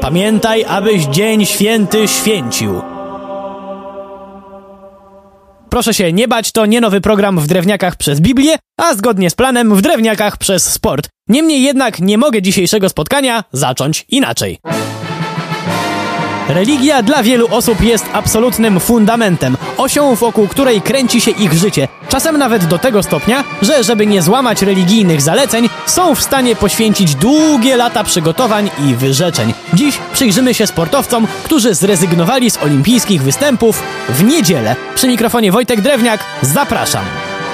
Pamiętaj, abyś dzień święty święcił. Proszę się nie bać, to nie nowy program w Drewniakach przez Biblię, a zgodnie z planem w Drewniakach przez sport. Niemniej jednak nie mogę dzisiejszego spotkania zacząć inaczej. Religia dla wielu osób jest absolutnym fundamentem, osią, wokół której kręci się ich życie. Czasem nawet do tego stopnia, że żeby nie złamać religijnych zaleceń, są w stanie poświęcić długie lata przygotowań i wyrzeczeń. Dziś przyjrzymy się sportowcom, którzy zrezygnowali z olimpijskich występów w niedzielę. Przy mikrofonie Wojtek Drewniak, zapraszam.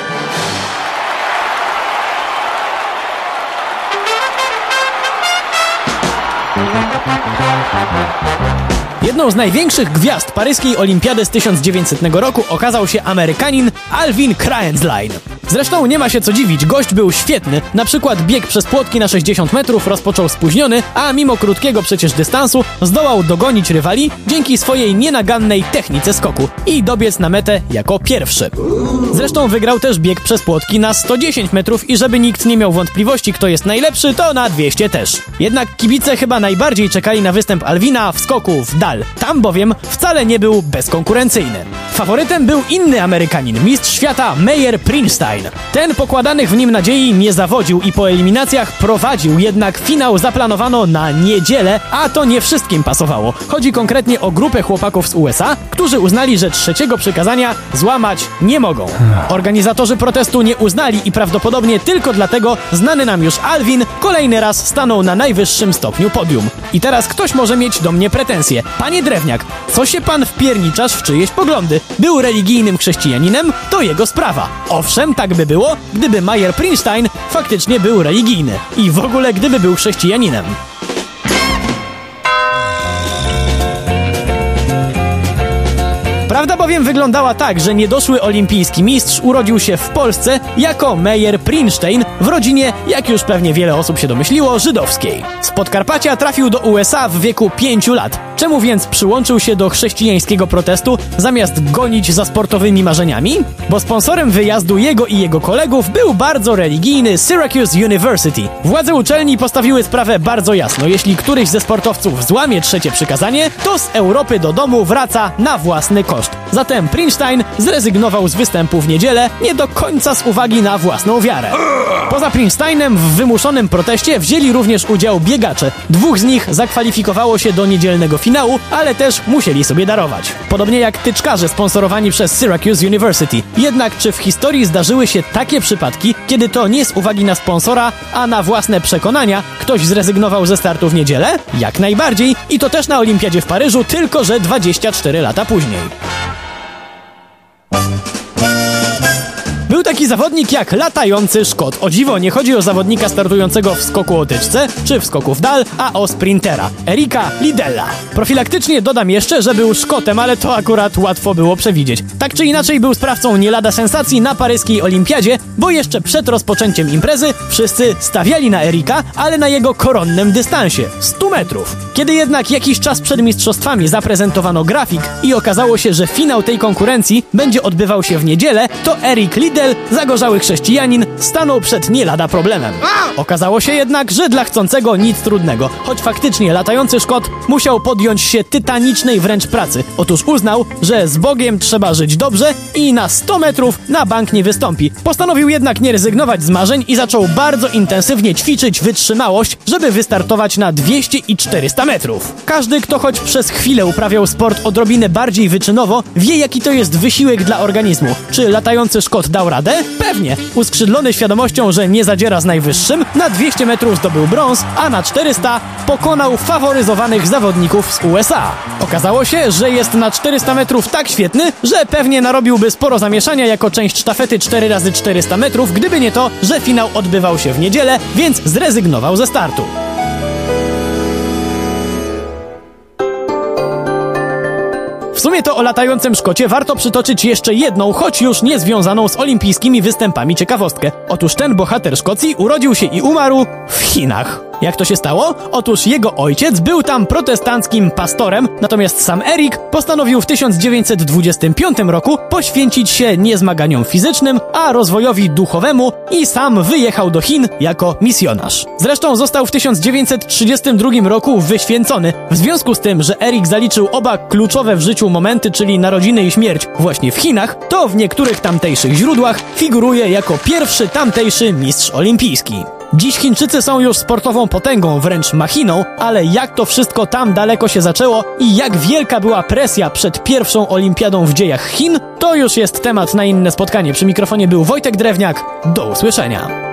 Jedną z największych gwiazd paryskiej olimpiady z 1900 roku okazał się Amerykanin Alvin Kraetzlein. Zresztą nie ma się co dziwić, gość był świetny. Na przykład bieg przez płotki na 60 metrów rozpoczął spóźniony, a mimo krótkiego przecież dystansu zdołał dogonić rywali dzięki swojej nienagannej technice skoku i dobiec na metę jako pierwszy. Zresztą wygrał też bieg przez płotki na 110 metrów i żeby nikt nie miał wątpliwości, kto jest najlepszy, to na 200 też. Jednak kibice chyba najbardziej czekali na występ Alvina w skoku w dal. Tam bowiem wcale nie był bezkonkurencyjny. Faworytem był inny Amerykanin, mistrz świata Meyer Prinstein. Ten pokładanych w nim nadziei nie zawodził i po eliminacjach prowadził, jednak finał zaplanowano na niedzielę, a to nie wszystkim pasowało. Chodzi konkretnie o grupę chłopaków z USA, którzy uznali, że trzeciego przykazania złamać nie mogą. Organizatorzy protestu nie uznali i prawdopodobnie tylko dlatego znany nam już Alvin kolejny raz stanął na najwyższym stopniu podium. I teraz ktoś może mieć do mnie pretensje. Panie Drewniak, co się pan wpierniczasz w czyjeś poglądy? Był religijnym chrześcijaninem? To jego sprawa. Owszem, tak by było, gdyby Meyer Prinstein faktycznie był religijny. I w ogóle gdyby był chrześcijaninem. Prawda bowiem wyglądała tak, że niedoszły olimpijski mistrz urodził się w Polsce jako Meyer Prinstein w rodzinie, jak już pewnie wiele osób się domyśliło, żydowskiej. Z Podkarpacia trafił do USA w wieku 5 lat. Czemu więc przyłączył się do chrześcijańskiego protestu zamiast gonić za sportowymi marzeniami? Bo sponsorem wyjazdu jego i jego kolegów był bardzo religijny Syracuse University. Władze uczelni postawiły sprawę bardzo jasno. Jeśli któryś ze sportowców złamie trzecie przykazanie, to z Europy do domu wraca na własny koszt. Zatem Prinstein zrezygnował z występu w niedzielę nie do końca z uwagi na własną wiarę. Poza Prinsteinem w wymuszonym proteście wzięli również udział biegacze. 2 z nich zakwalifikowało się do niedzielnego finału, ale też musieli sobie darować. Podobnie jak tyczkarze sponsorowani przez Syracuse University. Jednak czy w historii zdarzyły się takie przypadki, kiedy to nie z uwagi na sponsora, a na własne przekonania ktoś zrezygnował ze startu w niedzielę? Jak najbardziej i to też na Olimpiadzie w Paryżu, tylko że 24 lata później. Był taki zawodnik jak latający Szkot. O dziwo, nie chodzi o zawodnika startującego w skoku o tyczce, czy w skoku w dal, a o sprintera, Erika Liddella. Profilaktycznie dodam jeszcze, że był Szkotem, ale to akurat łatwo było przewidzieć. Tak czy inaczej był sprawcą nie lada sensacji na paryskiej olimpiadzie, bo jeszcze przed rozpoczęciem imprezy wszyscy stawiali na Erika, ale na jego koronnym dystansie, 100 metrów. Kiedy jednak jakiś czas przed mistrzostwami zaprezentowano grafik i okazało się, że finał tej konkurencji będzie odbywał się w niedzielę, to Erik Liddell, zagorzały chrześcijanin, stanął przed nie lada problemem. Okazało się jednak, że dla chcącego nic trudnego, choć faktycznie latający Szkot musiał podjąć się tytanicznej wręcz pracy. Otóż uznał, że z Bogiem trzeba żyć dobrze i na 100 metrów na bank nie wystąpi. Postanowił jednak nie rezygnować z marzeń i zaczął bardzo intensywnie ćwiczyć wytrzymałość, żeby wystartować na 200 i 400 metrów. Każdy, kto choć przez chwilę uprawiał sport odrobinę bardziej wyczynowo, wie, jaki to jest wysiłek dla organizmu. Czy latający Szkot dał radę? Pewnie. Uskrzydlony świadomością, że nie zadziera z najwyższym, na 200 metrów zdobył brąz, a na 400 pokonał faworyzowanych zawodników z USA. Okazało się, że jest na 400 metrów tak świetny, że pewnie narobiłby sporo zamieszania jako część sztafety 4x400 metrów, gdyby nie to, że finał odbywał się w niedzielę, więc zrezygnował ze startu. W sumie to o latającym Szkocie warto przytoczyć jeszcze jedną, choć już nie związaną z olimpijskimi występami ciekawostkę. Otóż ten bohater Szkocji urodził się i umarł w Chinach. Jak to się stało? Otóż jego ojciec był tam protestanckim pastorem, natomiast sam Erik postanowił w 1925 roku poświęcić się nie zmaganiom fizycznym, a rozwojowi duchowemu i sam wyjechał do Chin jako misjonarz. Zresztą został w 1932 roku wyświęcony. W związku z tym, że Erik zaliczył oba kluczowe w życiu momenty, czyli narodziny i śmierć właśnie w Chinach, to w niektórych tamtejszych źródłach figuruje jako pierwszy tamtejszy mistrz olimpijski. Dziś Chińczycy są już sportową potęgą, wręcz machiną, ale jak to wszystko tam daleko się zaczęło i jak wielka była presja przed pierwszą olimpiadą w dziejach Chin, to już jest temat na inne spotkanie. Przy mikrofonie był Wojtek Drewniak. Do usłyszenia.